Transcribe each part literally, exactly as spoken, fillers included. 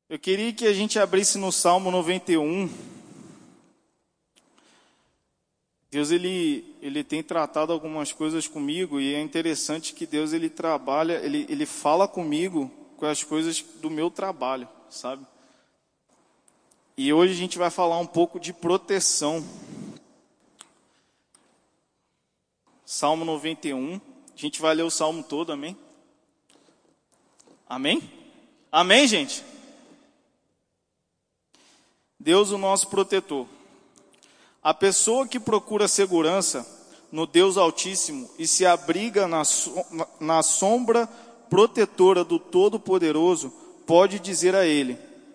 Eu queria que a gente abrisse no Salmo noventa e um. Deus ele, ele tem tratado algumas coisas comigo e é interessante que Deus ele trabalha, ele, ele fala comigo com as coisas do meu trabalho, sabe? E hoje a gente vai falar um pouco de proteção. Salmo noventa e um. A gente vai ler o Salmo todo, amém? Amém? Amém, gente? Deus, o nosso protetor. A pessoa que procura segurança no Deus Altíssimo e se abriga na, so, na sombra protetora do Todo-Poderoso, pode dizer a Ele: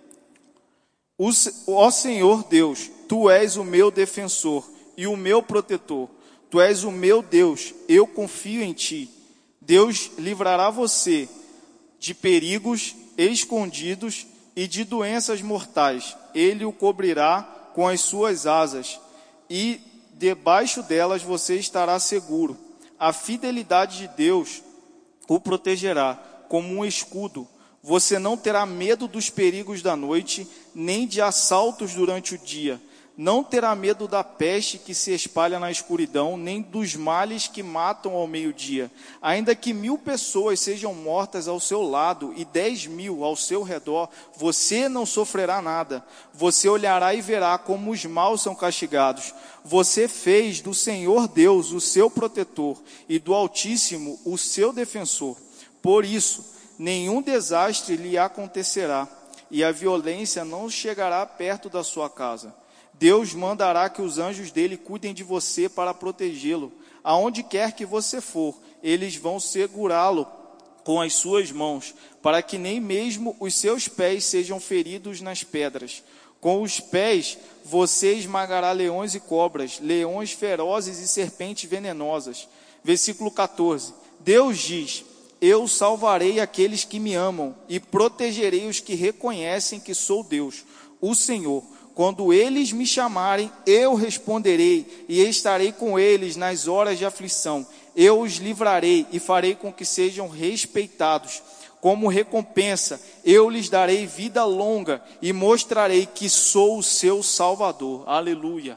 Ó Senhor Deus, Tu és o meu defensor e o meu protetor. Tu és o meu Deus, eu confio em Ti. Deus livrará você de perigos escondidos e de doenças mortais. Ele o cobrirá com as suas asas, e debaixo delas você estará seguro. A fidelidade de Deus o protegerá como um escudo. Você não terá medo dos perigos da noite, nem de assaltos durante o dia. Não terá medo da peste que se espalha na escuridão, nem dos males que matam ao meio-dia. Ainda que mil pessoas sejam mortas ao seu lado e dez mil ao seu redor, você não sofrerá nada. Você olhará e verá como os maus são castigados. Você fez do Senhor Deus o seu protetor e do Altíssimo o seu defensor. Por isso, nenhum desastre lhe acontecerá e a violência não chegará perto da sua casa. Deus mandará que os anjos dele cuidem de você para protegê-lo. Aonde quer que você for, eles vão segurá-lo com as suas mãos, para que nem mesmo os seus pés sejam feridos nas pedras. Com os pés você esmagará leões e cobras, leões ferozes e serpentes venenosas. Versículo catorze. Deus diz: Eu salvarei aqueles que me amam e protegerei os que reconhecem que sou Deus, o Senhor. Quando eles me chamarem, eu responderei e estarei com eles nas horas de aflição. Eu os livrarei e farei com que sejam respeitados. Como recompensa, eu lhes darei vida longa e mostrarei que sou o seu Salvador. Aleluia.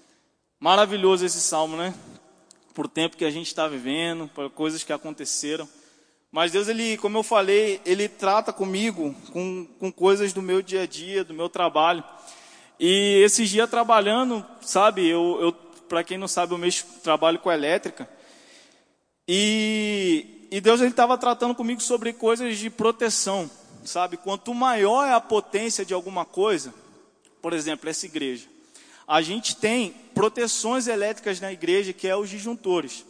Maravilhoso esse salmo, né? Por tempo que a gente está vivendo, por coisas que aconteceram. Mas Deus, ele, como eu falei, Ele trata comigo com, com coisas do meu dia a dia, do meu trabalho. E esses dias trabalhando, sabe, eu, eu para quem não sabe, eu mexo, trabalho com elétrica. E, e Deus estava tratando comigo sobre coisas de proteção, sabe? Quanto maior é a potência de alguma coisa, por exemplo, essa igreja. A gente tem proteções elétricas na igreja, que é os disjuntores.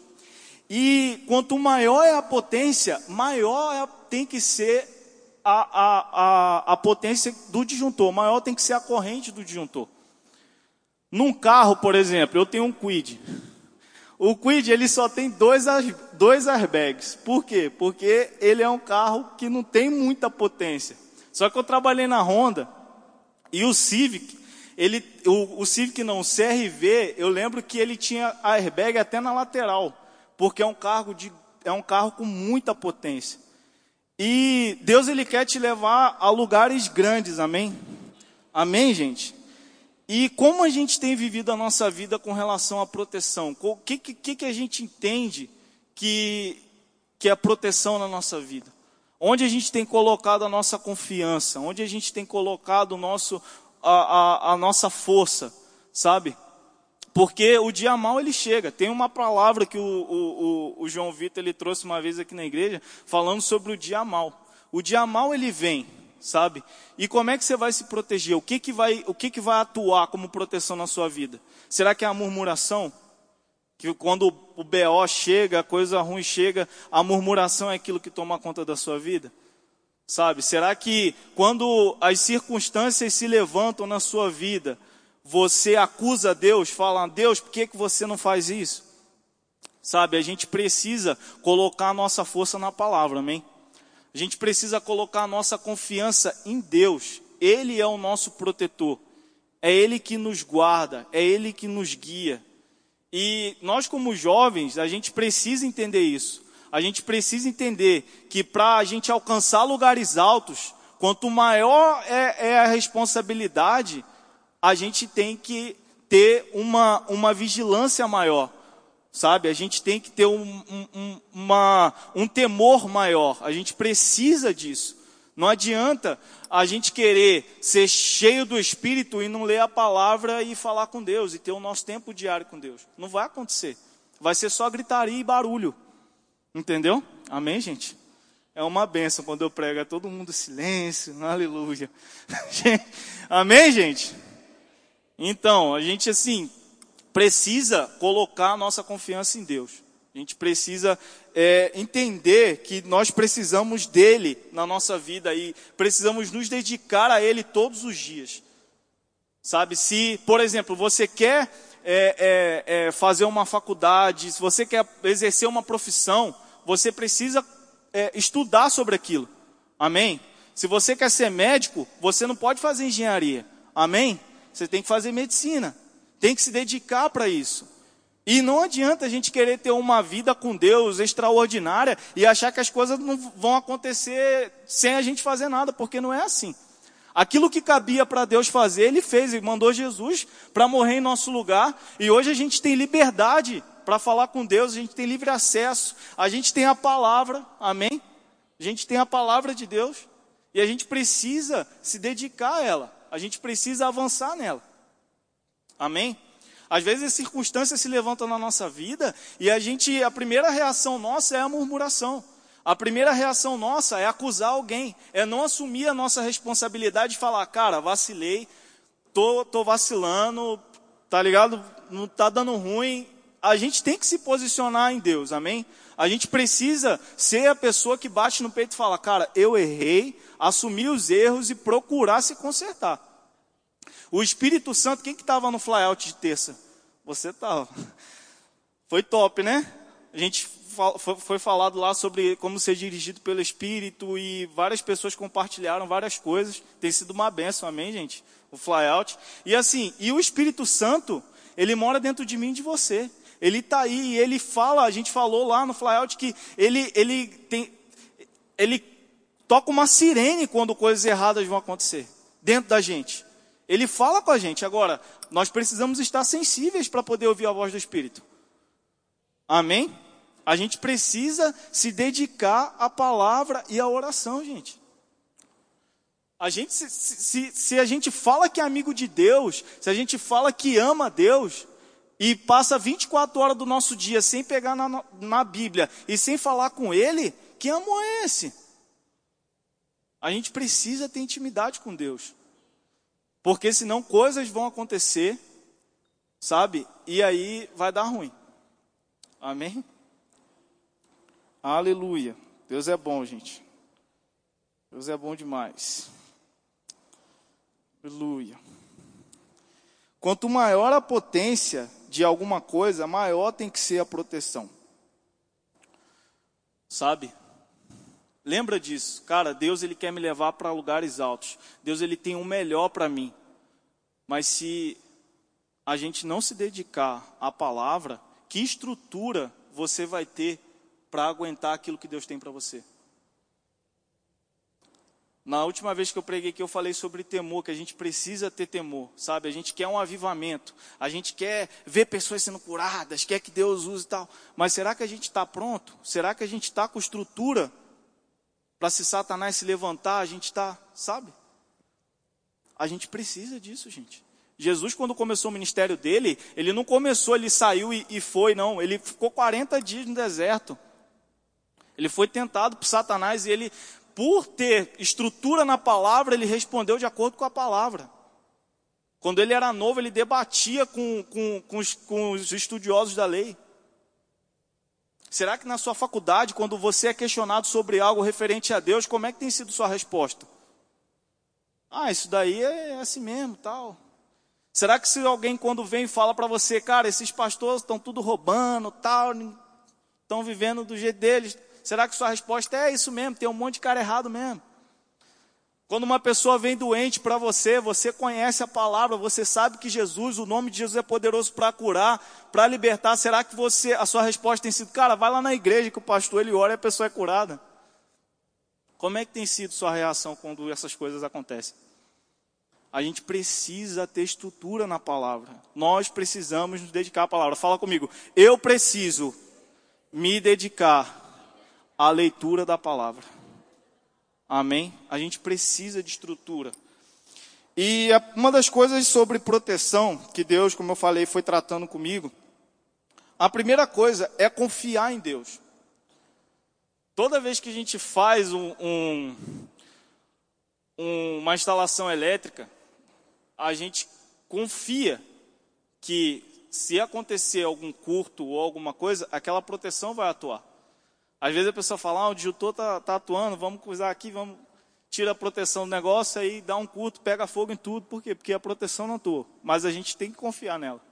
E quanto maior é a potência, maior é, tem que ser A, a, a, a potência do disjuntor, maior tem que ser a corrente do disjuntor. Num carro, por exemplo, eu tenho um Kwid. O Kwid, ele só tem dois, dois airbags. Por quê? Porque ele é um carro que não tem muita potência. Só que eu trabalhei na Honda e o Civic, ele, o, o Civic não, o C R V, eu lembro que ele tinha airbag até na lateral, porque é um carro, de, é um carro com muita potência. E Deus, Ele quer te levar a lugares grandes, amém? Amém, gente? E como a gente tem vivido a nossa vida com relação à proteção? O que, que, que a gente entende que, que é proteção na nossa vida? Onde a gente tem colocado a nossa confiança? Onde a gente tem colocado o nosso, a, a, a nossa força, sabe? Porque o dia mal ele chega. Tem uma palavra que o, o, o, o João Vitor ele trouxe uma vez aqui na igreja, falando sobre o dia mal. O dia mal ele vem, sabe? E como é que você vai se proteger? O que que vai, o que que vai atuar como proteção na sua vida? Será que é a murmuração? Que quando o B O chega, a coisa ruim chega, a murmuração é aquilo que toma conta da sua vida? Sabe? Será que quando as circunstâncias se levantam na sua vida, você acusa Deus, fala: Deus, por que que você não faz isso? Sabe, a gente precisa colocar a nossa força na palavra, amém? A gente precisa colocar a nossa confiança em Deus. Ele é o nosso protetor. É Ele que nos guarda, é Ele que nos guia. E nós como jovens, a gente precisa entender isso. A gente precisa entender que para a gente alcançar lugares altos, Quanto maior é, é a responsabilidade, a gente tem que ter uma, uma vigilância maior, sabe? A gente tem que ter um, um, um, uma, um temor maior. A gente precisa disso. Não adianta a gente querer ser cheio do Espírito e não ler a palavra e falar com Deus, e ter o nosso tempo diário com Deus. Não vai acontecer. Vai ser só gritaria e barulho. Entendeu? Amém, gente? É uma bênção quando eu prego, é todo mundo silêncio, aleluia. Amém, gente? Então, a gente assim, precisa colocar a nossa confiança em Deus. A gente precisa é, entender que nós precisamos dele na nossa vida e precisamos nos dedicar a ele todos os dias. Sabe, se, por exemplo, você quer é, é, é, fazer uma faculdade, se você quer exercer uma profissão, você precisa é, estudar sobre aquilo. Amém? Se você quer ser médico, você não pode fazer engenharia. Amém? Você tem que fazer medicina. Tem que se dedicar para isso. E não adianta a gente querer ter uma vida com Deus extraordinária e achar que as coisas não vão acontecer sem a gente fazer nada, porque não é assim. Aquilo que cabia para Deus fazer, Ele fez e mandou Jesus para morrer em nosso lugar. E hoje a gente tem liberdade para falar com Deus, a gente tem livre acesso, a gente tem a palavra, amém? A gente tem a palavra de Deus e a gente precisa se dedicar a ela, a gente precisa avançar nela, amém? Às vezes as circunstâncias se levantam na nossa vida e a gente, a primeira reação nossa é a murmuração. A primeira reação nossa é acusar alguém, é não assumir a nossa responsabilidade e falar, cara, vacilei, tô, tô vacilando, tá ligado? Não tá dando ruim. A gente tem que se posicionar em Deus, amém? A gente precisa ser a pessoa que bate no peito e fala, cara, eu errei, assumir os erros e procurar se consertar. O Espírito Santo, quem que estava no flyout de terça? Você estava. Foi top, né? A gente foi falado lá sobre como ser dirigido pelo Espírito e várias pessoas compartilharam várias coisas. Tem sido uma bênção, amém, gente? O flyout. E assim, e o Espírito Santo, ele mora dentro de mim e de você. Ele está aí e ele fala, a gente falou lá no flyout que ele, ele, tem, ele toca uma sirene quando coisas erradas vão acontecer dentro da gente. Ele fala com a gente. Agora, nós precisamos estar sensíveis para poder ouvir a voz do Espírito. Amém? A gente precisa se dedicar à palavra e à oração, gente. A gente, se, se, se a gente fala que é amigo de Deus, se a gente fala que ama Deus, e passa vinte e quatro horas do nosso dia sem pegar na, na Bíblia e sem falar com Ele, que amor é esse? A gente precisa ter intimidade com Deus. Porque senão coisas vão acontecer, sabe? E aí vai dar ruim. Amém? Aleluia. Deus é bom, gente. Deus é bom demais. Aleluia. Quanto maior a potência de alguma coisa, maior tem que ser a proteção. Sabe? Lembra disso, cara, Deus ele quer me levar para lugares altos. Deus ele tem o melhor para mim. Mas se a gente não se dedicar à palavra, que estrutura você vai ter para aguentar aquilo que Deus tem para você? Na última vez que eu preguei aqui, eu falei sobre temor, que a gente precisa ter temor, sabe? A gente quer um avivamento, a gente quer ver pessoas sendo curadas, quer que Deus use e tal. Mas será que a gente está pronto? Será que a gente está com estrutura? Para se Satanás se levantar, a gente está, sabe? A gente precisa disso, gente. Jesus, quando começou o ministério dele, ele não começou, ele saiu e, e foi, não. Ele ficou quarenta dias no deserto. Ele foi tentado por Satanás e ele, por ter estrutura na palavra, ele respondeu de acordo com a palavra. Quando ele era novo, ele debatia com, com, com, os, com os estudiosos da lei. Será que na sua faculdade, quando você é questionado sobre algo referente a Deus, como é que tem sido sua resposta? Ah, isso daí é assim mesmo, tal. Será que se alguém quando vem e fala para você, cara, esses pastores estão tudo roubando, tal, estão vivendo do jeito deles, será que sua resposta é isso mesmo, tem um monte de cara errado mesmo? Quando uma pessoa vem doente para você, você conhece a palavra, você sabe que Jesus, o nome de Jesus é poderoso para curar, para libertar. Será que você, a sua resposta tem sido, cara, vai lá na igreja que o pastor ele ora e a pessoa é curada? Como é que tem sido sua reação quando essas coisas acontecem? A gente precisa ter estrutura na palavra. Nós precisamos nos dedicar à palavra. Fala comigo. Eu preciso me dedicar à leitura da palavra. Amém? A gente precisa de estrutura. E uma das coisas sobre proteção que Deus, como eu falei, foi tratando comigo. A primeira coisa é confiar em Deus. Toda vez que a gente faz um, um, uma instalação elétrica, a gente confia que se acontecer algum curto ou alguma coisa, aquela proteção vai atuar. Às vezes a pessoa fala, ah, o disjuntor está tá atuando, vamos usar aqui, vamos tira a proteção do negócio, aí dá um curto, pega fogo em tudo. Por quê? Porque a proteção não atua. Mas a gente tem que confiar nela.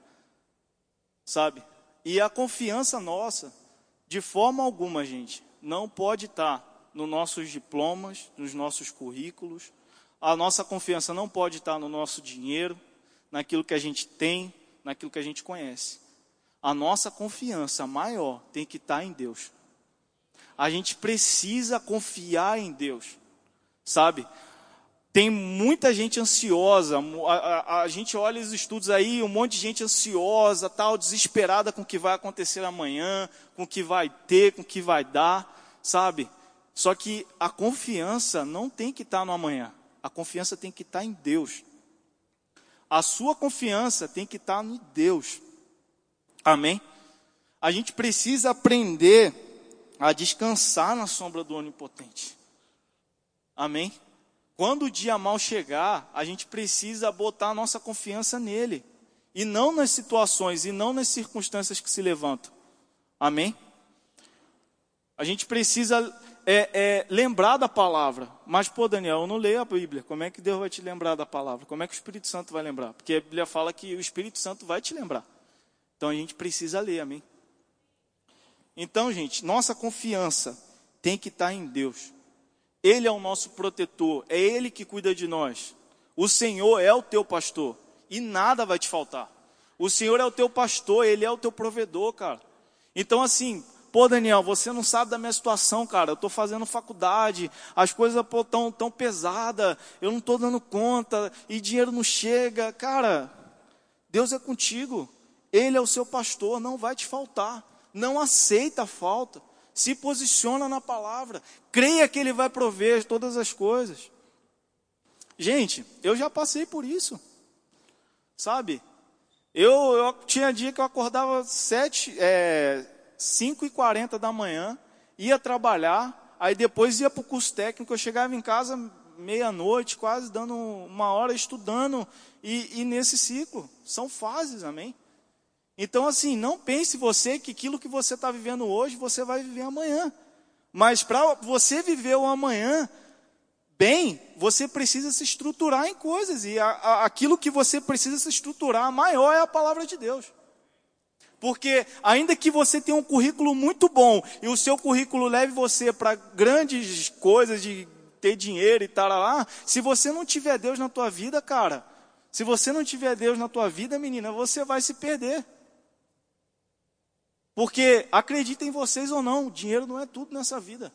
Sabe? E a confiança nossa, de forma alguma, gente, não pode estar nos nossos diplomas, nos nossos currículos. A nossa confiança não pode estar no nosso dinheiro, naquilo que a gente tem, naquilo que a gente conhece. A nossa confiança maior tem que estar em Deus. A gente precisa confiar em Deus, sabe? Tem muita gente ansiosa, a, a, a gente olha os estudos aí, um monte de gente ansiosa, tal, desesperada com o que vai acontecer amanhã, com o que vai ter, com o que vai dar, sabe? Só que a confiança não tem que estar no amanhã. A confiança tem que estar em Deus. A sua confiança tem que estar em Deus. Amém? A gente precisa aprender a descansar na sombra do Onipotente. Amém? Quando o dia mal chegar, a gente precisa botar a nossa confiança nele. E não nas situações, e não nas circunstâncias que se levantam. Amém? A gente precisa é, é, lembrar da palavra. Mas, pô, Daniel, eu não leio a Bíblia. Como é que Deus vai te lembrar da palavra? Como é que o Espírito Santo vai lembrar? Porque a Bíblia fala que o Espírito Santo vai te lembrar. Então a gente precisa ler, amém? Então, gente, nossa confiança tem que estar em Deus. Ele é o nosso protetor, é Ele que cuida de nós. O Senhor é o teu pastor e nada vai te faltar. O Senhor é o teu pastor, Ele é o teu provedor, cara. Então assim, pô Daniel, você não sabe da minha situação, cara. Eu estou fazendo faculdade, as coisas estão tão pesadas, eu não estou dando conta e dinheiro não chega. Cara, Deus é contigo, Ele é o seu pastor, não vai te faltar. Não aceita a falta. Se posiciona na palavra. Creia que Ele vai prover todas as coisas. Gente, eu já passei por isso. Sabe? Eu, eu tinha dia que eu acordava sete, é, cinco e quarenta da manhã, ia trabalhar, aí depois ia para o curso técnico, eu chegava em casa meia-noite, quase dando uma hora estudando, e, e nesse ciclo. São fases, amém? Então, assim, não pense você que aquilo que você está vivendo hoje, você vai viver amanhã. Mas para você viver o amanhã bem, você precisa se estruturar em coisas. E a, a, aquilo que você precisa se estruturar, maior é a palavra de Deus. Porque ainda que você tenha um currículo muito bom, e o seu currículo leve você para grandes coisas de ter dinheiro e tal lá, se você não tiver Deus na tua vida, cara, se você não tiver Deus na tua vida, menina, você vai se perder. Porque, acreditem vocês ou não, dinheiro não é tudo nessa vida.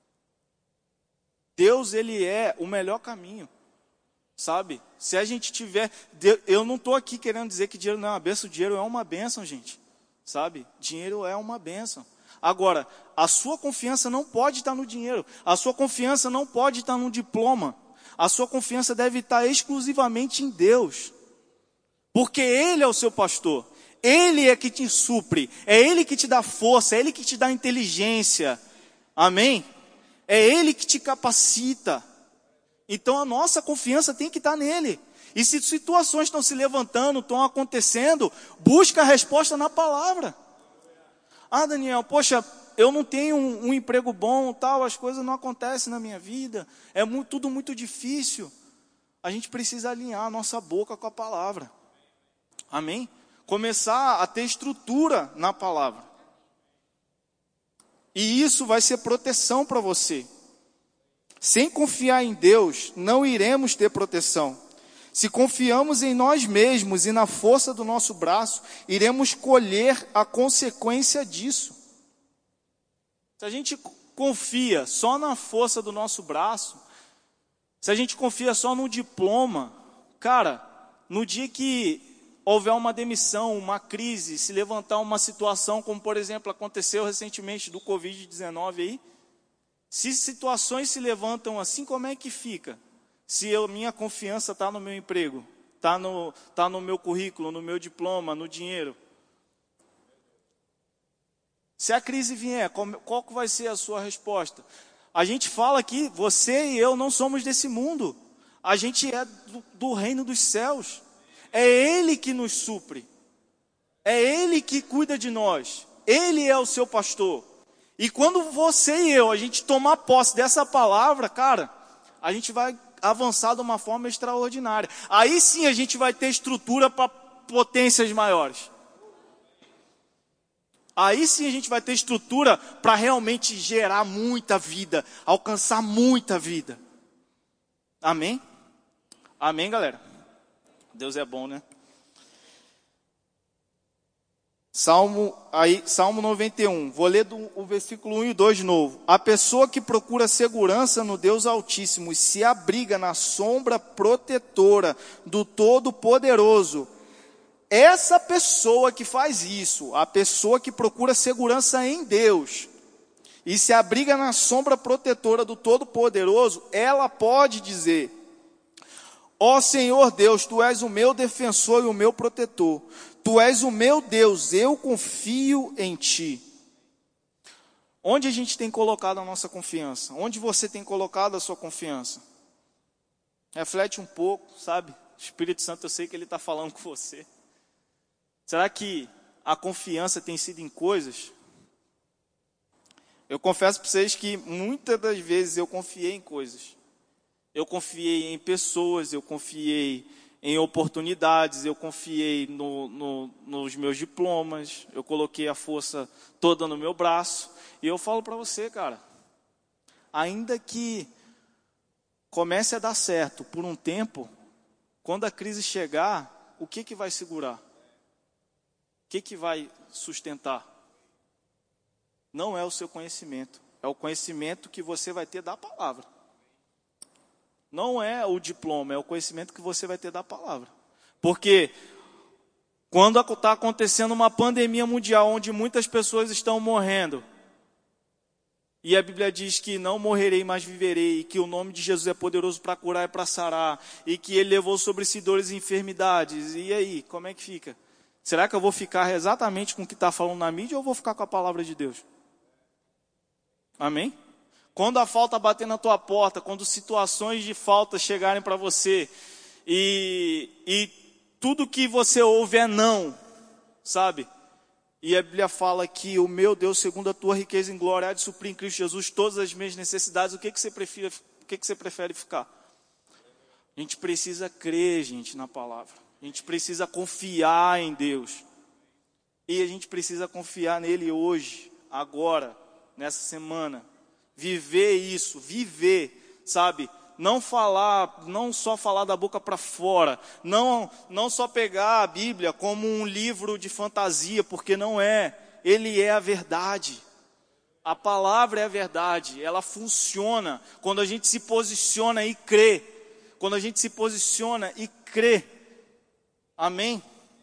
Deus, Ele é o melhor caminho, sabe? Se a gente tiver... Eu não estou aqui querendo dizer que dinheiro não é uma bênção, dinheiro é uma bênção, gente, sabe? Dinheiro é uma bênção. Agora, a sua confiança não pode estar no dinheiro, a sua confiança não pode estar no diploma, a sua confiança deve estar exclusivamente em Deus, porque Ele é o seu pastor. Ele é que te supre, é Ele que te dá força, é Ele que te dá inteligência, amém? É Ele que te capacita. Então a nossa confiança tem que estar nele. E se situações estão se levantando, estão acontecendo, busca a resposta na palavra. Ah, Daniel, poxa, eu não tenho um, um emprego bom, tal, as coisas não acontecem na minha vida, é muito, tudo muito difícil. A gente precisa alinhar a nossa boca com a palavra, amém? Começar a ter estrutura na palavra. E isso vai ser proteção para você. Sem confiar em Deus, não iremos ter proteção. Se confiamos em nós mesmos e na força do nosso braço, iremos colher a consequência disso. Se a gente confia só na força do nosso braço, se a gente confia só no diploma, cara, no dia que houver uma demissão, uma crise, se levantar uma situação, como por exemplo aconteceu recentemente do covid dezenove aí, se situações se levantam assim, como é que fica? Se eu, minha confiança está no meu emprego, está no, tá no meu currículo, no meu diploma, no dinheiro. Se a crise vier, qual, qual que vai ser a sua resposta? A gente fala aqui, você e eu não somos desse mundo. A gente é do, do reino dos céus. É Ele que nos supre. É Ele que cuida de nós. Ele é o seu pastor. E quando você e eu, a gente tomar posse dessa palavra, cara, a gente vai avançar de uma forma extraordinária. Aí sim a gente vai ter estrutura para potências maiores. Aí sim a gente vai ter estrutura para realmente gerar muita vida, alcançar muita vida. Amém? Amém, galera? Deus é bom, né? Salmo, aí, Salmo noventa e um, vou ler do, o versículo um e dois de novo. A pessoa que procura segurança no Deus Altíssimo e se abriga na sombra protetora do Todo-Poderoso, essa pessoa que faz isso, a pessoa que procura segurança em Deus e se abriga na sombra protetora do Todo-Poderoso, ela pode dizer: ó Senhor Deus, Tu és o meu defensor e o meu protetor. Tu és o meu Deus, eu confio em Ti. Onde a gente tem colocado a nossa confiança? Onde você tem colocado a sua confiança? Reflete um pouco, sabe? O Espírito Santo, eu sei que Ele está falando com você. Será que a confiança tem sido em coisas? Eu confesso para vocês que muitas das vezes eu confiei em coisas. Eu confiei em pessoas, eu confiei em oportunidades, eu confiei no, no, nos meus diplomas, eu coloquei a força toda no meu braço. E eu falo para você, cara, ainda que comece a dar certo por um tempo, quando a crise chegar, o que, que vai segurar? O que, que vai sustentar? Não é o seu conhecimento, é o conhecimento que você vai ter da palavra. Não é o diploma, é o conhecimento que você vai ter da palavra. Porque quando está acontecendo uma pandemia mundial, onde muitas pessoas estão morrendo, e a Bíblia diz que não morrerei, mas viverei, e que o nome de Jesus é poderoso para curar e para sarar, e que Ele levou sobre si dores e enfermidades, e aí, como é que fica? Será que eu vou ficar exatamente com o que está falando na mídia, ou vou ficar com a palavra de Deus? Amém? Quando a falta bater na tua porta, quando situações de falta chegarem para você, e, e tudo que você ouve é não, sabe? E a Bíblia fala que o meu Deus, segundo a tua riqueza em glória, há de suprir em Cristo Jesus todas as minhas necessidades. O que, que, você, prefere, o que, que você prefere ficar? A gente precisa crer, gente, na palavra. A gente precisa confiar em Deus. E a gente precisa confiar nele hoje, agora, nessa semana. Viver isso, viver, sabe? Não falar, não só falar da boca para fora, não, não só pegar a Bíblia como um livro de fantasia, porque não é, ele é a verdade. A palavra é a verdade, ela funciona quando a gente se posiciona e crê, quando a gente se posiciona e crê. Amém?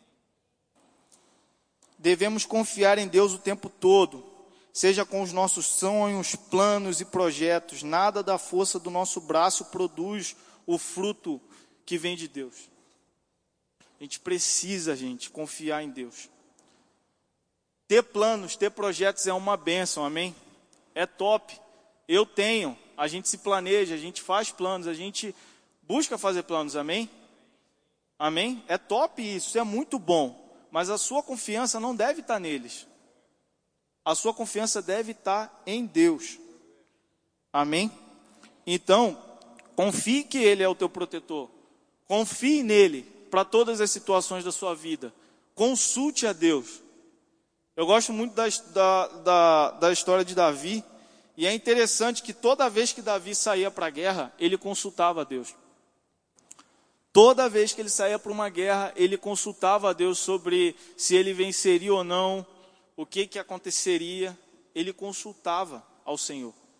Devemos confiar em Deus o tempo todo. Seja com os nossos sonhos, planos e projetos, nada da força do nosso braço produz o fruto que vem de Deus. A gente precisa, gente, confiar em Deus. Ter planos, ter projetos é uma bênção, amém? É top. Eu tenho, a gente se planeja, a gente faz planos, a gente busca fazer planos, amém? Amém? É top isso, isso é muito bom. Mas a sua confiança não deve estar neles. A sua confiança deve estar em Deus. Amém? Então, confie que Ele é o teu protetor. Confie nele para todas as situações da sua vida. Consulte a Deus. Eu gosto muito da, da, da, da história de Davi. E é interessante que toda vez que Davi saía para a guerra, ele consultava a Deus. Toda vez que ele saía para uma guerra, ele consultava a Deus sobre se ele venceria ou não, o que, que aconteceria. Ele consultava ao Senhor.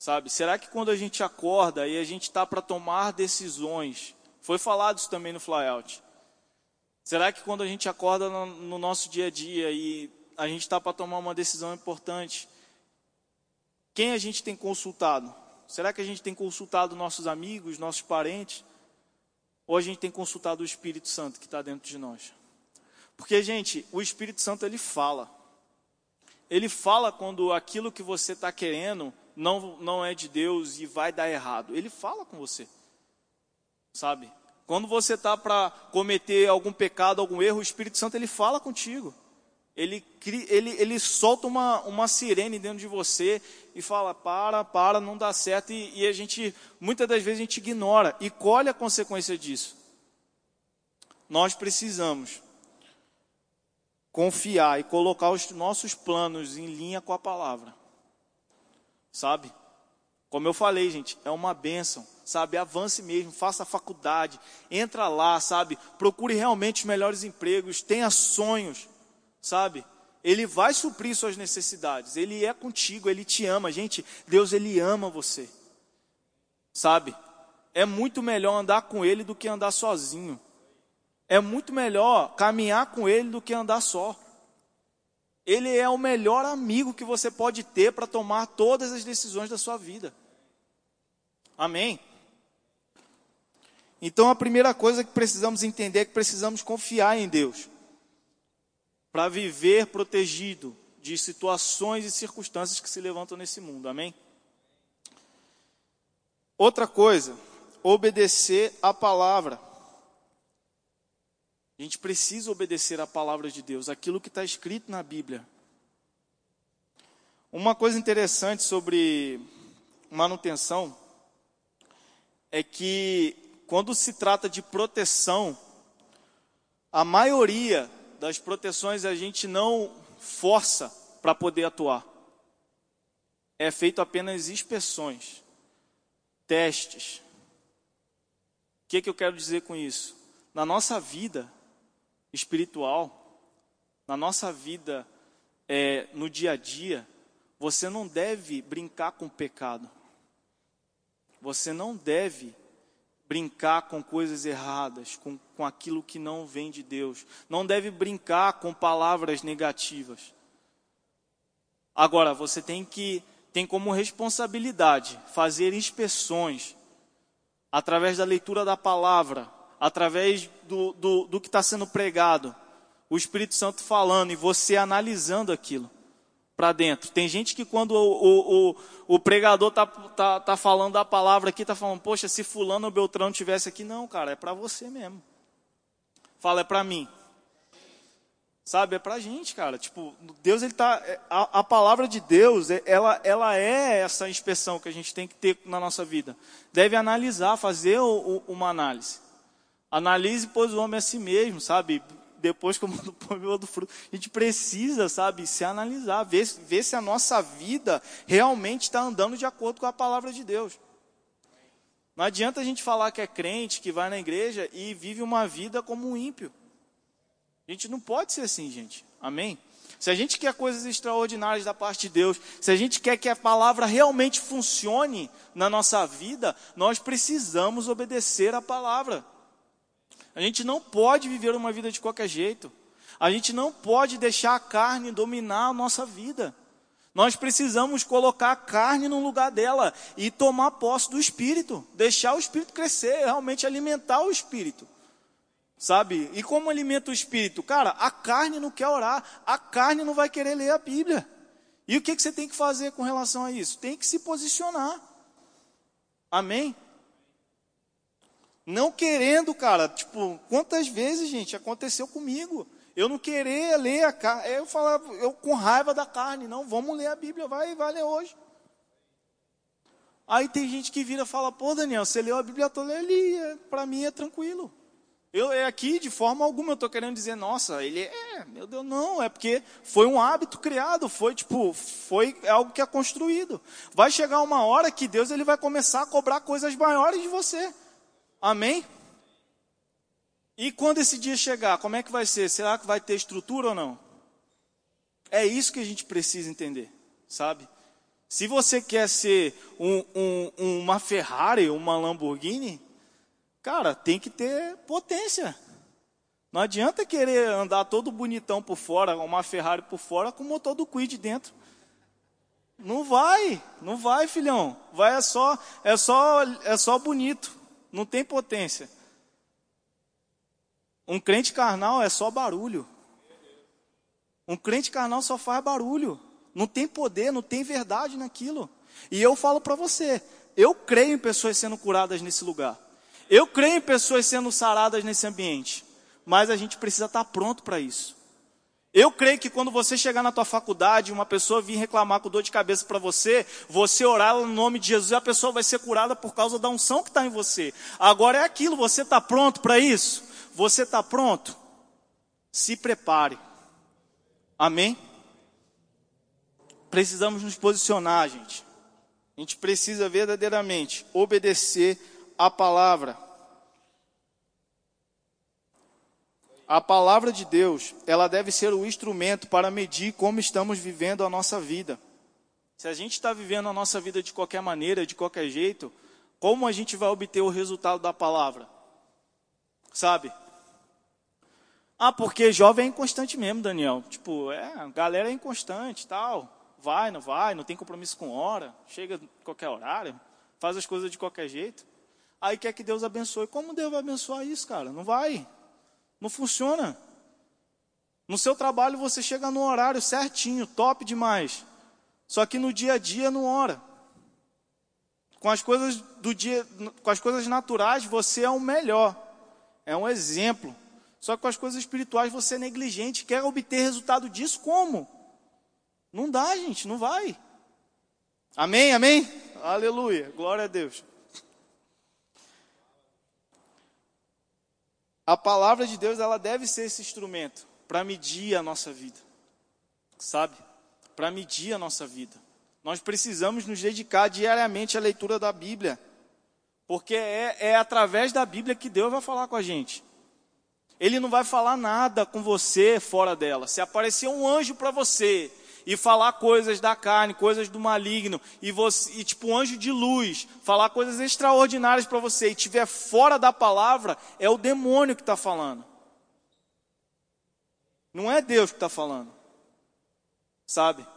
Sabe? Será que quando a gente acorda e a gente está para tomar decisões, foi falado isso também no flyout, será que quando a gente acorda no, no nosso dia a dia e a gente está para tomar uma decisão importante, quem a gente tem consultado? Será que a gente tem consultado nossos amigos, nossos parentes? Ou a gente tem consultado o Espírito Santo que está dentro de nós? Porque, gente, o Espírito Santo, ele fala. Ele fala quando aquilo que você está querendo não, não é de Deus e vai dar errado. Ele fala com você. Sabe? Quando você está para cometer algum pecado, algum erro, o Espírito Santo, ele fala contigo. Ele, ele, ele solta uma, uma sirene dentro de você e fala, para, para, não dá certo. E, e a gente, muitas das vezes, a gente ignora e colhe a consequência disso. Nós precisamos confiar e colocar os nossos planos em linha com a palavra. Sabe? Como eu falei, gente, é uma bênção. Sabe? Avance mesmo, faça a faculdade, entra lá, sabe? Procure realmente os melhores empregos, tenha sonhos. Sabe? Ele vai suprir suas necessidades. Ele é contigo, Ele te ama. Gente, Deus, Ele ama você. Sabe? É muito melhor andar com Ele do que andar sozinho. É muito melhor caminhar com Ele do que andar só. Ele é o melhor amigo que você pode ter para tomar todas as decisões da sua vida. Amém? Então a primeira coisa que precisamos entender é que precisamos confiar em Deus. Para viver protegido de situações e circunstâncias que se levantam nesse mundo, amém? Outra coisa, obedecer a palavra. A gente precisa obedecer a palavra de Deus, aquilo que está escrito na Bíblia. Uma coisa interessante sobre manutenção é que quando se trata de proteção, a maioria das proteções a gente não força para poder atuar. É feito apenas inspeções, testes. O que, que eu quero dizer com isso? Na nossa vida espiritual, na nossa vida é, no dia a dia, você não deve brincar com o pecado. Você não deve brincar com coisas erradas, com, com aquilo que não vem de Deus. Não deve brincar com palavras negativas. Agora, você tem que tem como responsabilidade fazer inspeções através da leitura da palavra, através do, do, do que está sendo pregado, o Espírito Santo falando e você analisando aquilo para dentro. Tem gente que quando o, o, o, o pregador está tá, tá falando da palavra aqui, está falando, poxa, se fulano ou Beltrano tivesse aqui. Não, cara, é para você mesmo. Fala, é para mim. Sabe, é pra gente, cara. Tipo, Deus, ele tá, a, a palavra de Deus, ela, ela é essa inspeção que a gente tem que ter na nossa vida. Deve analisar, fazer o, o, uma análise. Analise, pois o homem é a si mesmo, sabe? Depois que o mundo põe do fruto. A gente precisa, sabe, se analisar, ver, ver se a nossa vida realmente está andando de acordo com a palavra de Deus. Não adianta a gente falar que é crente, que vai na igreja e vive uma vida como um ímpio. A gente não pode ser assim, gente. Amém? Se a gente quer coisas extraordinárias da parte de Deus, se a gente quer que a palavra realmente funcione na nossa vida, nós precisamos obedecer a palavra. A gente não pode viver uma vida de qualquer jeito. A gente não pode deixar a carne dominar a nossa vida. Nós precisamos colocar a carne no lugar dela e tomar posse do Espírito. Deixar o Espírito crescer, realmente alimentar o Espírito. Sabe? E como alimenta o Espírito? Cara, a carne não quer orar. A carne não vai querer ler a Bíblia. E o que, que você tem que fazer com relação a isso? Tem que se posicionar. Amém? Não querendo, cara, tipo, quantas vezes, gente, aconteceu comigo? Eu não querer ler a carne, eu falava, eu com raiva da carne, não, vamos ler a Bíblia, vai, vai ler hoje. Aí tem gente que vira e fala, pô, Daniel, você leu a Bíblia toda ali, é, para mim é tranquilo. Eu é aqui, de forma alguma, eu estou querendo dizer, nossa, ele é, meu Deus, não, é porque foi um hábito criado, foi tipo, foi algo que é construído. Vai chegar uma hora que Deus ele vai começar a cobrar coisas maiores de você. Amém? E quando esse dia chegar, como é que vai ser? Será que vai ter estrutura ou não? É isso que a gente precisa entender, sabe? Se você quer ser um, um, uma Ferrari, uma Lamborghini, cara, tem que ter potência. Não adianta querer andar todo bonitão por fora, uma Ferrari por fora, com o motor do Kwid dentro. Não vai, não vai, filhão. Vai é só, é só, é só bonito. Não tem potência. Um crente carnal é só barulho. Um crente carnal só faz barulho. Não tem poder, não tem verdade naquilo. E eu falo para você, eu creio em pessoas sendo curadas nesse lugar. Eu creio em pessoas sendo saradas nesse ambiente. Mas a gente precisa estar pronto para isso. Eu creio que quando você chegar na tua faculdade, uma pessoa vir reclamar com dor de cabeça para você, você orar no nome de Jesus e a pessoa vai ser curada por causa da unção que está em você. Agora é aquilo, você está pronto para isso? Você está pronto? Se prepare. Amém? Precisamos nos posicionar, gente. A gente precisa verdadeiramente obedecer a palavra. A palavra de Deus, ela deve ser o instrumento para medir como estamos vivendo a nossa vida. Se a gente está vivendo a nossa vida de qualquer maneira, de qualquer jeito, como a gente vai obter o resultado da palavra? Sabe? Ah, porque jovem é inconstante mesmo, Daniel. Tipo, é, a galera é inconstante e tal. Vai, não vai, não tem compromisso com hora. Chega em qualquer horário, faz as coisas de qualquer jeito. Aí quer que Deus abençoe. Como Deus vai abençoar isso, cara? Não vai. Não funciona. No seu trabalho você chega no horário certinho, top demais. Só que no dia a dia não ora. Com as coisas do dia, com as coisas naturais você é o melhor. É um exemplo. Só que com as coisas espirituais você é negligente. Quer obter resultado disso como? Não dá, gente, não vai. Amém, amém? Aleluia, glória a Deus. A palavra de Deus, ela deve ser esse instrumento para medir a nossa vida, sabe? Para medir a nossa vida. Nós precisamos nos dedicar diariamente à leitura da Bíblia, porque é, é através da Bíblia que Deus vai falar com a gente. Ele não vai falar nada com você fora dela. Se aparecer um anjo para você e falar coisas da carne, coisas do maligno, e, você, e tipo um anjo de luz, falar coisas extraordinárias para você, e estiver fora da palavra, é o demônio que está falando. Não é Deus que está falando. Sabe?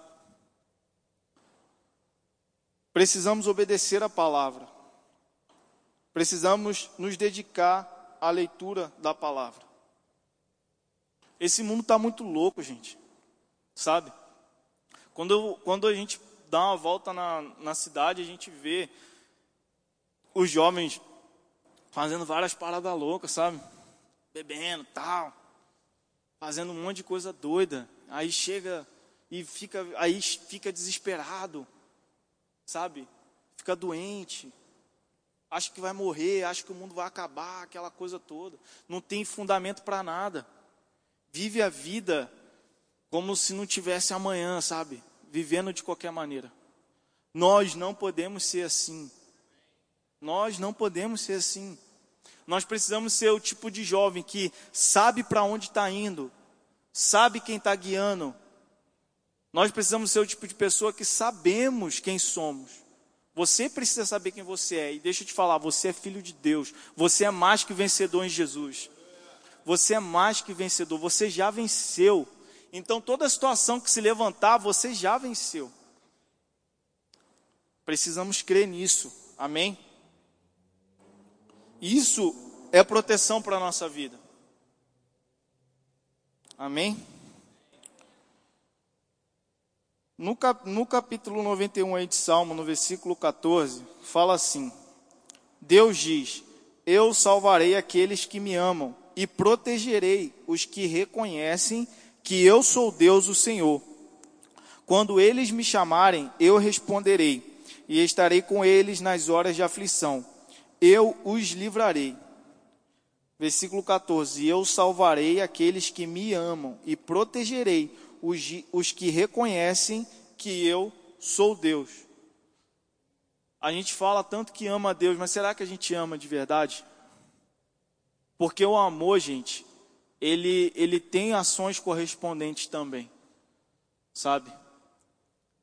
Precisamos obedecer a palavra. Precisamos nos dedicar à leitura da palavra. Esse mundo está muito louco, gente. Sabe? Quando, quando a gente dá uma volta na, na cidade, a gente vê os jovens fazendo várias paradas loucas, sabe? Bebendo, tal. Fazendo um monte de coisa doida. Aí chega e fica, aí fica desesperado. Sabe? Fica doente. Acha que vai morrer, acha que o mundo vai acabar, aquela coisa toda. Não tem fundamento para nada. Vive a vida como se não tivesse amanhã, sabe? Vivendo de qualquer maneira. Nós não podemos ser assim. Nós não podemos ser assim. Nós precisamos ser o tipo de jovem que sabe para onde está indo, sabe quem está guiando. Nós precisamos ser o tipo de pessoa que sabemos quem somos. Você precisa saber quem você é. E deixa eu te falar, você é filho de Deus. Você é mais que vencedor em Jesus. Você é mais que vencedor. Você já venceu. Então toda situação que se levantar, você já venceu. Precisamos crer nisso. Amém? Isso é proteção para a nossa vida. Amém? No, cap, no capítulo noventa e um aí de Salmo, no versículo quatorze, fala assim: Deus diz, eu salvarei aqueles que me amam e protegerei os que reconhecem que eu sou Deus, o Senhor. Quando eles me chamarem, eu responderei e estarei com eles nas horas de aflição. Eu os livrarei. Versículo quatorze, eu salvarei aqueles que me amam e protegerei os, os que reconhecem que eu sou Deus. A gente fala tanto que ama a Deus, mas será que a gente ama de verdade? Porque o amor, gente, ele, ele tem ações correspondentes também, sabe?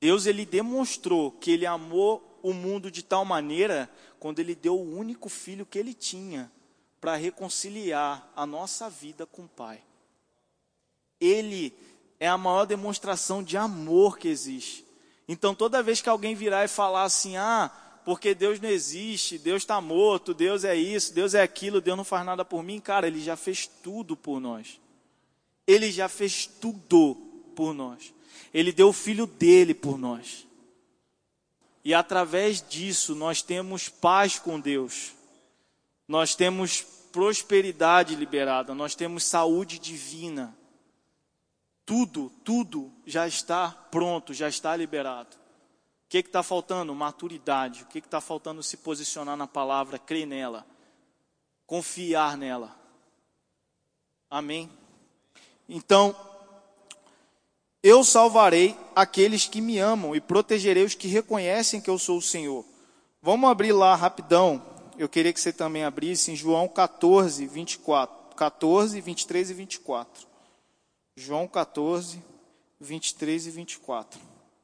Deus, ele demonstrou que ele amou o mundo de tal maneira quando ele deu o único filho que ele tinha para reconciliar a nossa vida com o Pai. Ele é a maior demonstração de amor que existe. Então, toda vez que alguém virar e falar assim, ah, porque Deus não existe, Deus está morto, Deus é isso, Deus é aquilo, Deus não faz nada por mim, cara, ele já fez tudo por nós. Ele já fez tudo por nós. Ele deu o filho dele por nós. E através disso, nós temos paz com Deus. Nós temos prosperidade liberada, nós temos saúde divina. Tudo, tudo já está pronto, já está liberado. O que está faltando? Maturidade. O que está faltando? Se posicionar na palavra, crer nela, confiar nela. Amém? Então, eu salvarei aqueles que me amam e protegerei os que reconhecem que eu sou o Senhor. Vamos abrir lá rapidão. Eu queria que você também abrisse em João quatorze, vinte e quatro. quatorze, vinte e três e vinte e quatro. João quatorze, vinte e três e vinte e quatro.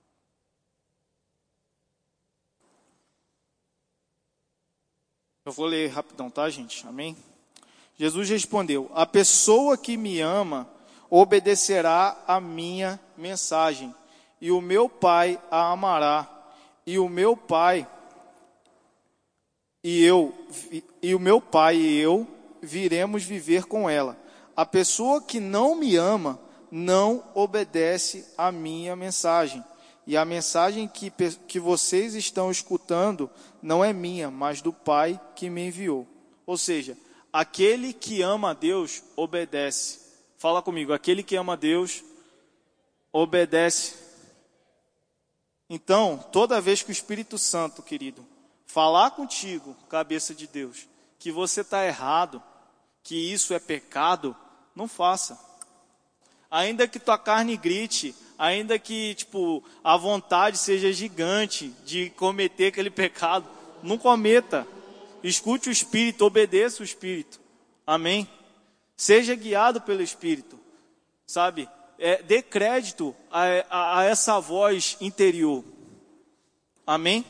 Eu vou ler rapidão, tá, gente? Amém? Jesus respondeu: a pessoa que me ama obedecerá a minha mensagem, e o meu Pai a amará, e o meu Pai e eu e o meu Pai e eu viremos viver com ela. A pessoa que não me ama não obedece à minha mensagem. E a mensagem que, que vocês estão escutando não é minha, mas do Pai que me enviou. Ou seja, aquele que ama a Deus, obedece. Fala comigo, aquele que ama a Deus, obedece. Então, toda vez que o Espírito Santo, querido, falar contigo, cabeça de Deus, que você está errado, que isso é pecado, não faça. Ainda que tua carne grite, ainda que tipo, a vontade seja gigante de cometer aquele pecado, não cometa. Escute o Espírito, obedeça o Espírito. Amém? Seja guiado pelo Espírito. Sabe? É, dê crédito a, a, a essa voz interior. Amém?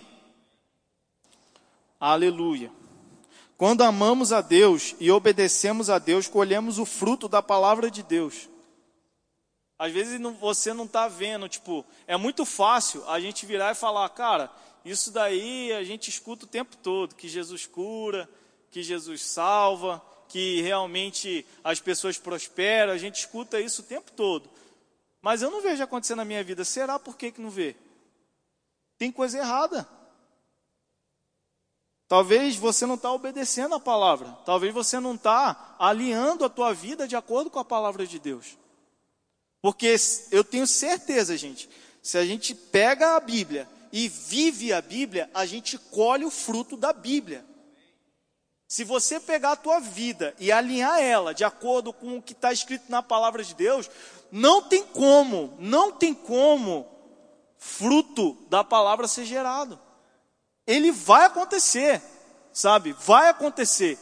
Aleluia. Quando amamos a Deus e obedecemos a Deus, colhemos o fruto da palavra de Deus. Às vezes não, você não está vendo, tipo, é muito fácil a gente virar e falar, cara, isso daí a gente escuta o tempo todo, que Jesus cura, que Jesus salva, que realmente as pessoas prosperam, a gente escuta isso o tempo todo. Mas eu não vejo acontecer na minha vida, será por que que não vê? Tem coisa errada. Talvez você não está obedecendo a palavra, talvez você não está alinhando a tua vida de acordo com a palavra de Deus. Porque eu tenho certeza, gente, se a gente pega a Bíblia e vive a Bíblia, a gente colhe o fruto da Bíblia. Se você pegar a tua vida e alinhar ela de acordo com o que está escrito na palavra de Deus, não tem como, não tem como fruto da palavra ser gerado. Ele vai acontecer, sabe? Vai acontecer.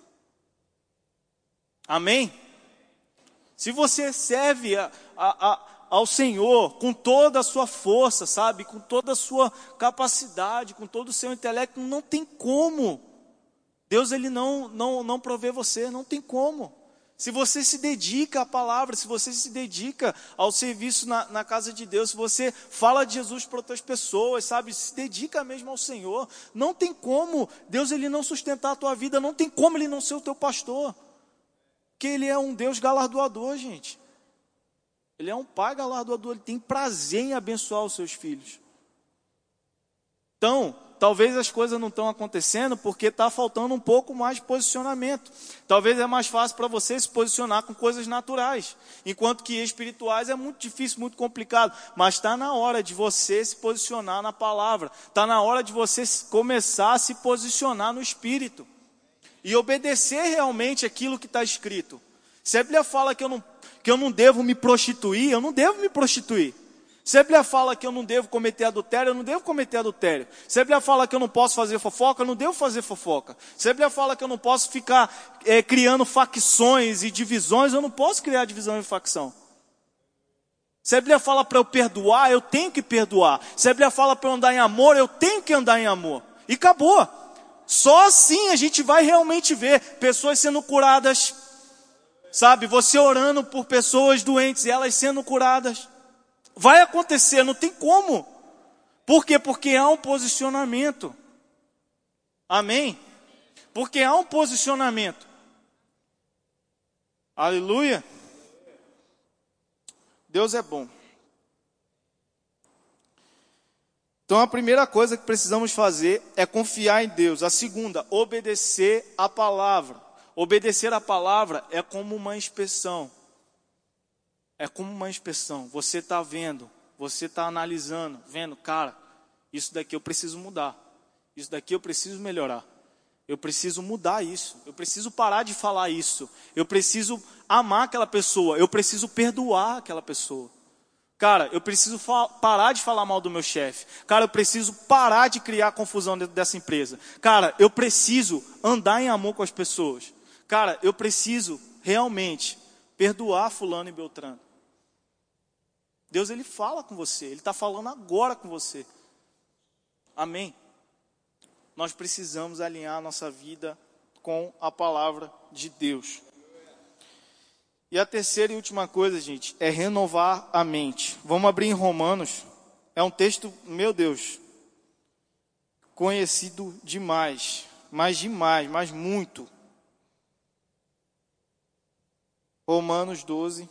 Amém? Se você serve a, a, a, ao Senhor com toda a sua força, sabe? Com toda a sua capacidade, com todo o seu intelecto, não tem como. Deus, ele não, não, não provê você, não tem como. Se você se dedica à palavra, se você se dedica ao serviço na, na casa de Deus, se você fala de Jesus para outras pessoas, sabe? Se dedica mesmo ao Senhor, não tem como Deus, ele não sustentar a tua vida, não tem como ele não ser o teu pastor. Porque ele é um Deus galardoador, gente. Ele é um pai galardoador, ele tem prazer em abençoar os seus filhos. Então, talvez as coisas não estão acontecendo porque está faltando um pouco mais de posicionamento. Talvez é mais fácil para você se posicionar com coisas naturais, enquanto que espirituais é muito difícil, muito complicado. Mas está na hora de você se posicionar na palavra. Está na hora de você começar a se posicionar no Espírito. E obedecer realmente aquilo que está escrito. Se a Bíblia fala que eu, não, que eu não devo me prostituir, eu não devo me prostituir. Se a Bíblia fala que eu não devo cometer adultério, eu não devo cometer adultério. Se a Bíblia fala que eu não posso fazer fofoca, eu não devo fazer fofoca. Se a Bíblia fala que eu não posso ficar é, criando facções e divisões, eu não posso criar divisão e facção. Se a Bíblia fala para eu perdoar, eu tenho que perdoar. Se a Bíblia fala para eu andar em amor, eu tenho que andar em amor. E acabou. Só assim a gente vai realmente ver pessoas sendo curadas. Sabe, você orando por pessoas doentes e elas sendo curadas. Vai acontecer, não tem como. Por quê? Porque há um posicionamento. Amém? Porque há um posicionamento. Aleluia. Deus é bom. Então a primeira coisa que precisamos fazer é confiar em Deus. A segunda, obedecer a palavra. Obedecer a palavra é como uma inspeção. É como uma inspeção. Você está vendo, você está analisando, vendo, cara, isso daqui eu preciso mudar. Isso daqui eu preciso melhorar. Eu preciso mudar isso. Eu preciso parar de falar isso. Eu preciso amar aquela pessoa. Eu preciso perdoar aquela pessoa. Cara, eu preciso parar de falar mal do meu chefe. Cara, eu preciso parar de criar confusão dentro dessa empresa. Cara, eu preciso andar em amor com as pessoas. Cara, eu preciso realmente perdoar fulano e beltrano. Deus, Ele fala com você. Ele está falando agora com você. Amém? Nós precisamos alinhar a nossa vida com a palavra de Deus. E a terceira e última coisa, gente, é renovar a mente. Vamos abrir em Romanos. É um texto, meu Deus, conhecido demais. Mas demais, mas muito. Romanos doze.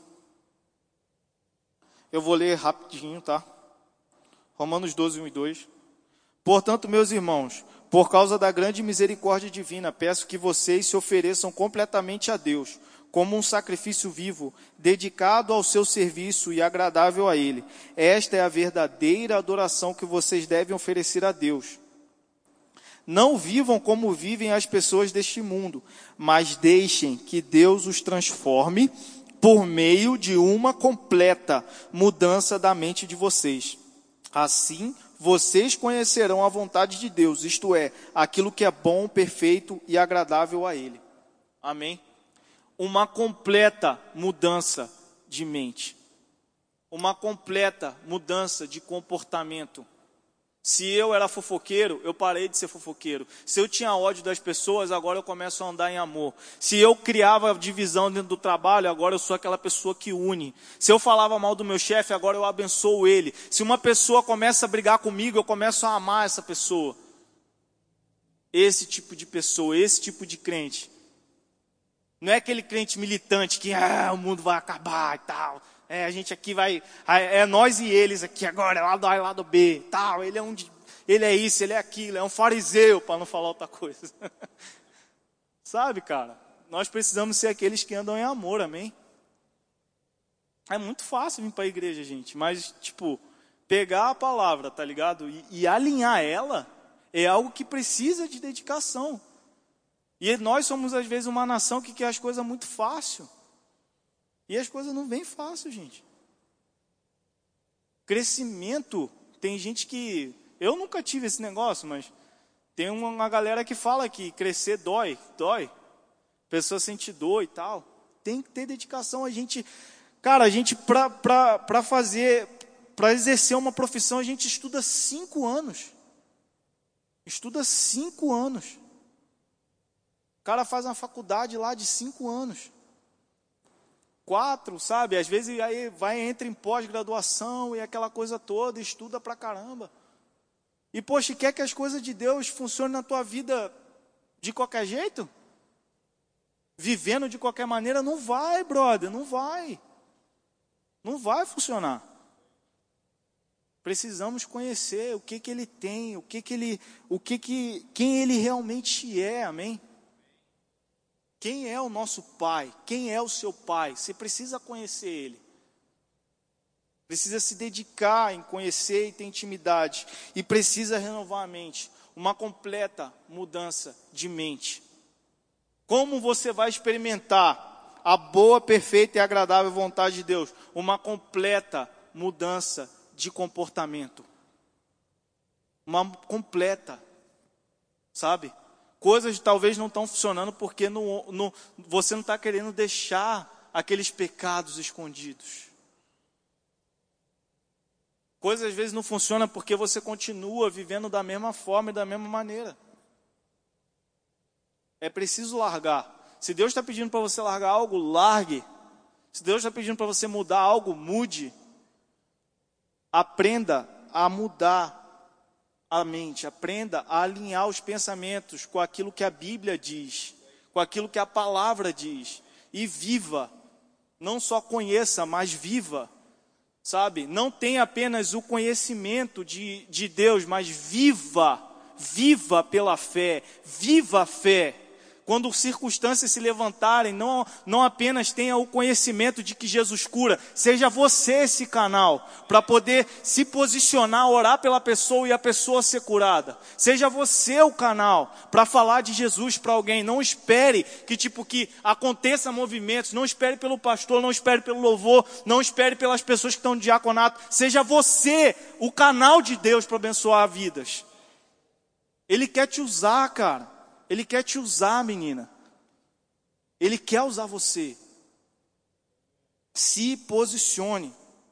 Eu vou ler rapidinho, tá? Romanos doze, um e dois. Portanto, meus irmãos, por causa da grande misericórdia divina, peço que vocês se ofereçam completamente a Deus, como um sacrifício vivo, dedicado ao seu serviço e agradável a Ele. Esta é a verdadeira adoração que vocês devem oferecer a Deus. Não vivam como vivem as pessoas deste mundo, mas deixem que Deus os transforme por meio de uma completa mudança da mente de vocês. Assim, vocês conhecerão a vontade de Deus, isto é, aquilo que é bom, perfeito e agradável a Ele. Amém? Uma completa mudança de mente. Uma completa mudança de comportamento. Se eu era fofoqueiro, eu parei de ser fofoqueiro. Se eu tinha ódio das pessoas, agora eu começo a andar em amor. Se eu criava divisão dentro do trabalho, agora eu sou aquela pessoa que une. Se eu falava mal do meu chefe, agora eu abençoo ele. Se uma pessoa começa a brigar comigo, eu começo a amar essa pessoa. Esse tipo de pessoa, esse tipo de crente. Não é aquele crente militante que ah, o mundo vai acabar e tal. É, a gente aqui vai, é nós e eles aqui agora, é lado A e lado B, tal, ele é um, ele é isso, ele é aquilo, é um fariseu, para não falar outra coisa. Sabe, cara, nós precisamos ser aqueles que andam em amor, amém? É muito fácil vir para a igreja, gente, mas, tipo, pegar a palavra, tá ligado? E, e alinhar ela é algo que precisa de dedicação. E nós somos, às vezes, uma nação que quer as coisas muito fácil. E as coisas não vêm fácil, gente. Crescimento, tem gente que... Eu nunca tive esse negócio, mas tem uma galera que fala que crescer dói, dói. A pessoa sente dor e tal. Tem que ter dedicação. A gente... Cara, a gente, para pra, pra fazer... Para exercer uma profissão, a gente estuda cinco anos. Estuda cinco anos. O cara faz uma faculdade lá de cinco anos. Quatro, sabe? Às vezes aí vai, entra em pós-graduação e aquela coisa toda, estuda pra caramba. E, poxa, quer que as coisas de Deus funcionem na tua vida de qualquer jeito? Vivendo de qualquer maneira? Não vai, brother, não vai. Não vai funcionar. Precisamos conhecer o que que Ele tem, o que que Ele, o que que, quem Ele realmente é, amém? Quem é o nosso Pai? Quem é o seu Pai? Você precisa conhecer Ele. Precisa se dedicar em conhecer e ter intimidade. E precisa renovar a mente. Uma completa mudança de mente. Como você vai experimentar a boa, perfeita e agradável vontade de Deus? Uma completa mudança de comportamento. Uma completa, sabe? Coisas talvez não estão funcionando porque no, no, você não está querendo deixar aqueles pecados escondidos. Coisas às vezes não funcionam porque você continua vivendo da mesma forma e da mesma maneira. É preciso largar. Se Deus está pedindo para você largar algo, largue. Se Deus está pedindo para você mudar algo, mude. Aprenda a mudar a mente. Aprenda a alinhar os pensamentos com aquilo que a Bíblia diz, com aquilo que a palavra diz. E viva. Não só conheça, mas viva. Sabe? Não tenha apenas o conhecimento de, de Deus, mas viva. Viva pela fé. Viva a fé. Quando circunstâncias se levantarem, não, não apenas tenha o conhecimento de que Jesus cura, seja você esse canal, para poder se posicionar, orar pela pessoa e a pessoa ser curada. Seja você o canal, para falar de Jesus para alguém. Não espere que, tipo, que aconteça movimentos, não espere pelo pastor, não espere pelo louvor, não espere pelas pessoas que estão no diaconato. Seja você o canal de Deus para abençoar vidas. Ele quer te usar, cara. Ele quer te usar, menina. Ele quer usar você. Se posicione.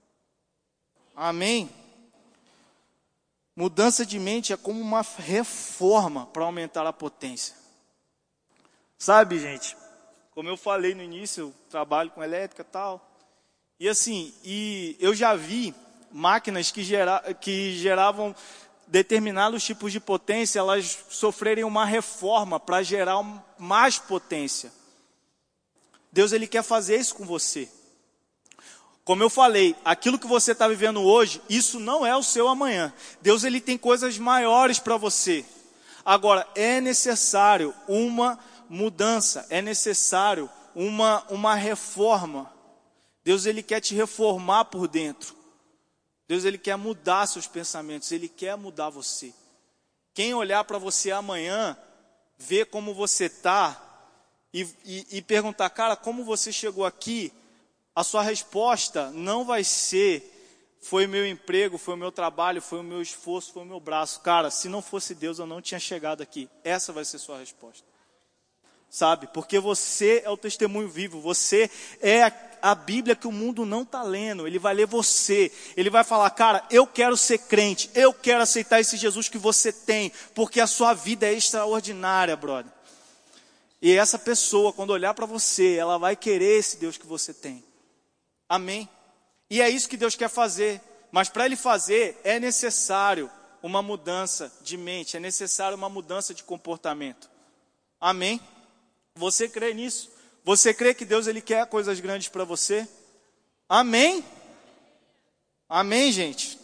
Amém? Mudança de mente é como uma reforma para aumentar a potência. Sabe, gente? Como eu falei no início, eu trabalho com elétrica e tal. E assim, e eu já vi máquinas que, gera, que geravam determinados tipos de potência, elas sofrerem uma reforma para gerar um, mais potência. Deus, Ele quer fazer isso com você. Como eu falei, aquilo que você está vivendo hoje, isso não é o seu amanhã. Deus, Ele tem coisas maiores para você. Agora, é necessário uma mudança, é necessário uma, uma reforma. Deus, Ele quer te reformar por dentro. Deus, Ele quer mudar seus pensamentos, Ele quer mudar você. Quem olhar para você amanhã, ver como você está e, e, e perguntar, cara, como você chegou aqui? A sua resposta não vai ser, foi o meu emprego, foi o meu trabalho, foi o meu esforço, foi o meu braço. Cara, se não fosse Deus, eu não tinha chegado aqui. Essa vai ser a sua resposta. Sabe? Porque você é o testemunho vivo, você é a, a Bíblia que o mundo não está lendo. Ele vai ler você, ele vai falar, cara, eu quero ser crente, eu quero aceitar esse Jesus que você tem, porque a sua vida é extraordinária, brother. E essa pessoa, quando olhar para você, ela vai querer esse Deus que você tem. Amém? E é isso que Deus quer fazer, mas para Ele fazer, é necessário uma mudança de mente, é necessário uma mudança de comportamento. Amém? Você crê nisso? Você crê que Deus, Ele quer coisas grandes para você? Amém? Amém, gente?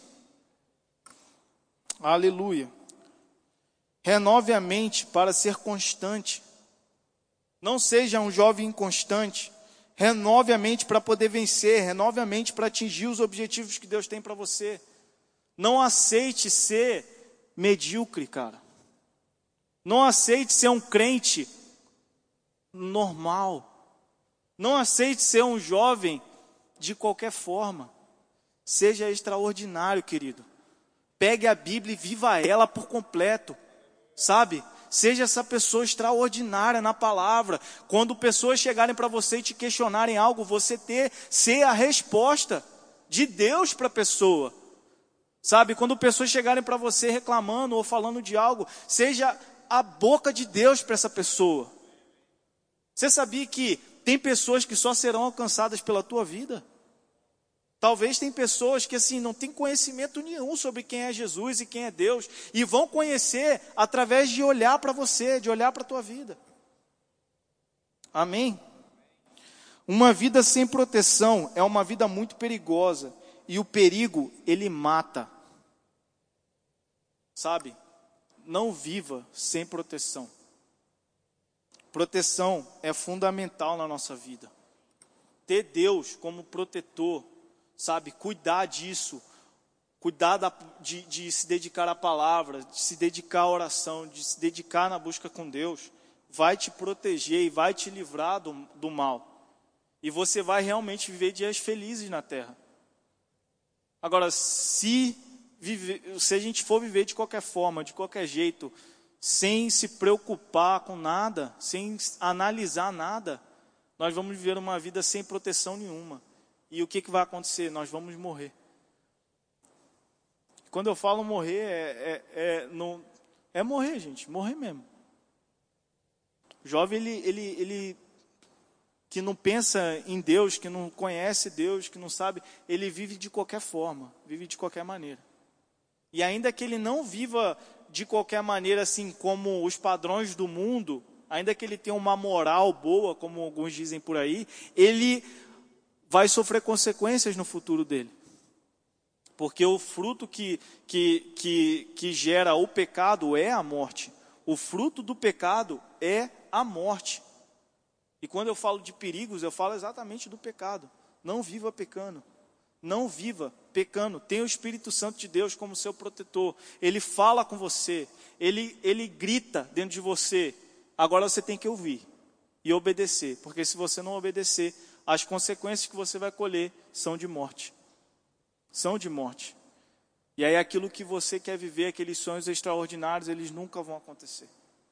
Aleluia. Renove a mente para ser constante. Não seja um jovem inconstante. Renove a mente para poder vencer. Renove a mente para atingir os objetivos que Deus tem para você. Não aceite ser medíocre, cara. Não aceite ser um crente normal. Não aceite ser um jovem de qualquer forma. Seja extraordinário, querido. Pegue a Bíblia e viva ela por completo. Sabe? Seja essa pessoa extraordinária na palavra. Quando pessoas chegarem para você e te questionarem algo, você ter, ser a resposta de Deus para a pessoa. Sabe? Quando pessoas chegarem para você reclamando ou falando de algo, seja a boca de Deus para essa pessoa. Você sabia que tem pessoas que só serão alcançadas pela tua vida? Talvez tem pessoas que assim não têm conhecimento nenhum sobre quem é Jesus e quem é Deus, e vão conhecer através de olhar para você, de olhar para a tua vida. Amém? Uma vida sem proteção é uma vida muito perigosa, e o perigo, ele mata. Sabe? Não viva sem proteção. Proteção é fundamental na nossa vida. Ter Deus como protetor, sabe, cuidar disso, cuidar da, de, de se dedicar à palavra, de se dedicar à oração, de se dedicar na busca com Deus, vai te proteger e vai te livrar do, do mal. E você vai realmente viver dias felizes na terra. Agora, se, viver, se a gente for viver de qualquer forma, de qualquer jeito, sem se preocupar com nada, sem analisar nada, nós vamos viver uma vida sem proteção nenhuma. E o que, que vai acontecer? Nós vamos morrer. Quando eu falo morrer, é, é, é, não, é morrer, gente, morrer mesmo. O jovem, ele, ele, ele que não pensa em Deus, que não conhece Deus, que não sabe, ele vive de qualquer forma, vive de qualquer maneira. E ainda que ele não viva de qualquer maneira, assim como os padrões do mundo, ainda que ele tenha uma moral boa, como alguns dizem por aí, ele vai sofrer consequências no futuro dele. Porque o fruto que, que, que, que gera o pecado é a morte. O fruto do pecado é a morte. E quando eu falo de perigos, eu falo exatamente do pecado. Não viva pecando. Não viva pecando. Tenha o Espírito Santo de Deus como seu protetor. Ele fala com você. Ele, ele grita dentro de você. Agora você tem que ouvir e obedecer. Porque se você não obedecer, as consequências que você vai colher são de morte. São de morte. E aí aquilo que você quer viver, aqueles sonhos extraordinários, eles nunca vão acontecer.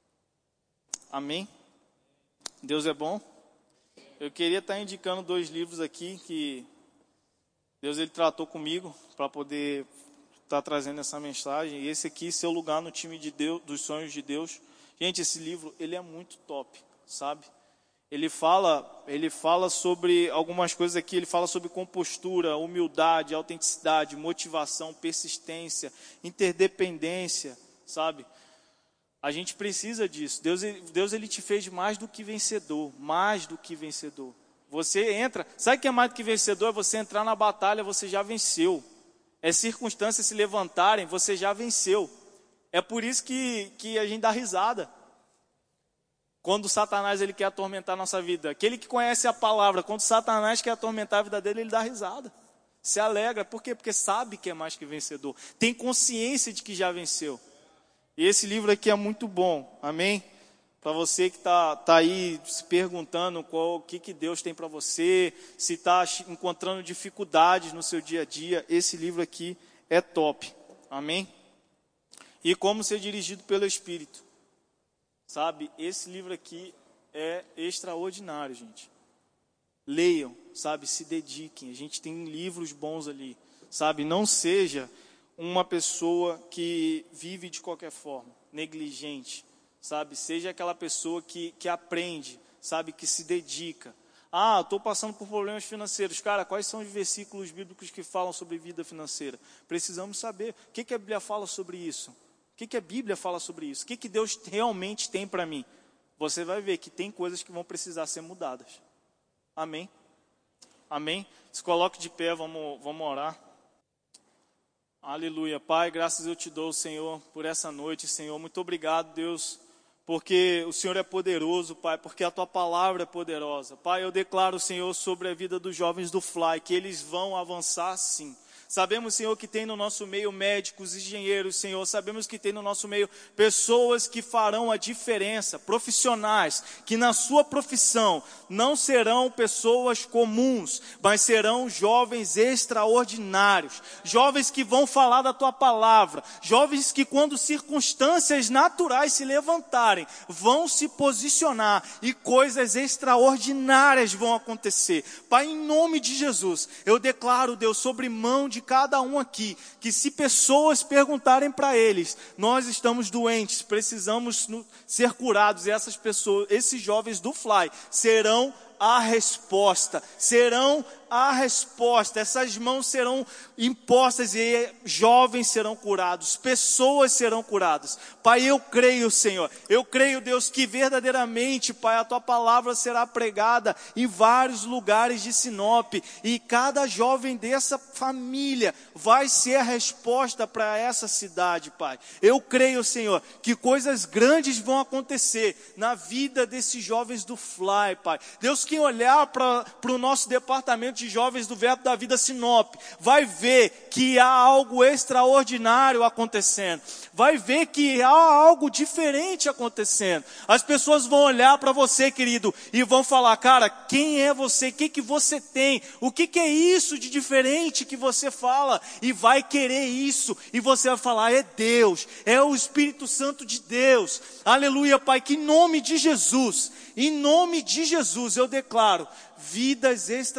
Amém? Deus é bom. Eu queria estar indicando dois livros aqui que Deus ele tratou comigo para poder estar trazendo essa mensagem. E esse aqui, Seu Lugar no Time de Deus, dos Sonhos de Deus. Gente, esse livro, ele é muito top, sabe? Ele fala, ele fala sobre algumas coisas aqui, ele fala sobre compostura, humildade, autenticidade, motivação, persistência, interdependência, sabe? A gente precisa disso. Deus, Deus ele te fez mais do que vencedor, mais do que vencedor. Você entra, sabe o que é mais do que vencedor? É você entrar na batalha, você já venceu. É circunstâncias se levantarem, você já venceu. É por isso que, que a gente dá risada. Quando Satanás ele quer atormentar a nossa vida. Aquele que conhece a palavra, quando Satanás quer atormentar a vida dele, ele dá risada. Se alegra. Por quê? Porque sabe que é mais que vencedor. Tem consciência de que já venceu. E esse livro aqui é muito bom. Amém? Para você que está tá aí se perguntando qual, o que, que Deus tem para você, se está encontrando dificuldades no seu dia a dia, esse livro aqui é top. Amém? E como ser dirigido pelo Espírito. Sabe, esse livro aqui é extraordinário, gente. Leiam, sabe, se dediquem. A gente tem livros bons ali, sabe? Não seja uma pessoa que vive de qualquer forma, negligente, sabe? Seja aquela pessoa que, que aprende, sabe, que se dedica. Ah, estou passando por problemas financeiros. Cara, quais são os versículos bíblicos que falam sobre vida financeira? Precisamos saber. O que, que a Bíblia fala sobre isso? O que, que a Bíblia fala sobre isso? O que, que Deus realmente tem para mim? Você vai ver que tem coisas que vão precisar ser mudadas. Amém? Amém? Se coloque de pé, vamos, vamos orar. Aleluia. Pai, graças eu te dou, Senhor, por essa noite, Senhor. Muito obrigado, Deus, porque o Senhor é poderoso, Pai, porque a Tua palavra é poderosa. Pai, eu declaro, Senhor, sobre a vida dos jovens do Fly, que eles vão avançar sim. Sabemos, Senhor, que tem no nosso meio médicos, engenheiros, Senhor. Sabemos que tem no nosso meio pessoas que farão a diferença, profissionais, que na sua profissão não serão pessoas comuns, mas serão jovens extraordinários. Jovens que vão falar da Tua palavra. Jovens que quando circunstâncias naturais se levantarem, vão se posicionar e coisas extraordinárias vão acontecer. Pai, em nome de Jesus, eu declaro, Deus, sobre mão de de cada um aqui, que se pessoas perguntarem para eles, nós estamos doentes, precisamos ser curados, e essas pessoas, esses jovens do Fly, serão a resposta, serão a resposta, essas mãos serão impostas e jovens serão curados, pessoas serão curadas. Pai, eu creio, Senhor, eu creio, Deus, que verdadeiramente, Pai, a Tua palavra será pregada em vários lugares de Sinop, e cada jovem dessa família vai ser a resposta para essa cidade, Pai. Eu creio, Senhor, que coisas grandes vão acontecer na vida desses jovens do Fly, Pai. Deus, quem olhar para o nosso departamento de jovens do Verbo da Vida Sinop, vai ver que há algo extraordinário acontecendo, vai ver que há algo diferente acontecendo. As pessoas vão olhar para você, querido, e vão falar, cara, quem é você? O que, que você tem? O que, que é isso de diferente que você fala? E vai querer isso, e você vai falar, é Deus, é o Espírito Santo de Deus. Aleluia, Pai, que em nome de Jesus, em nome de Jesus eu declaro vidas extraordinárias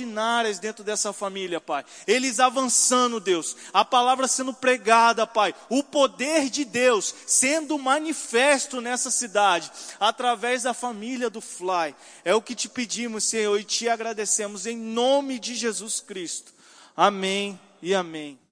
extraordinárias dentro dessa família, Pai. Eles avançando, Deus, a palavra sendo pregada, Pai, o poder de Deus sendo manifesto nessa cidade, através da família do Fly. É o que te pedimos, Senhor, e te agradecemos em nome de Jesus Cristo. Amém e amém.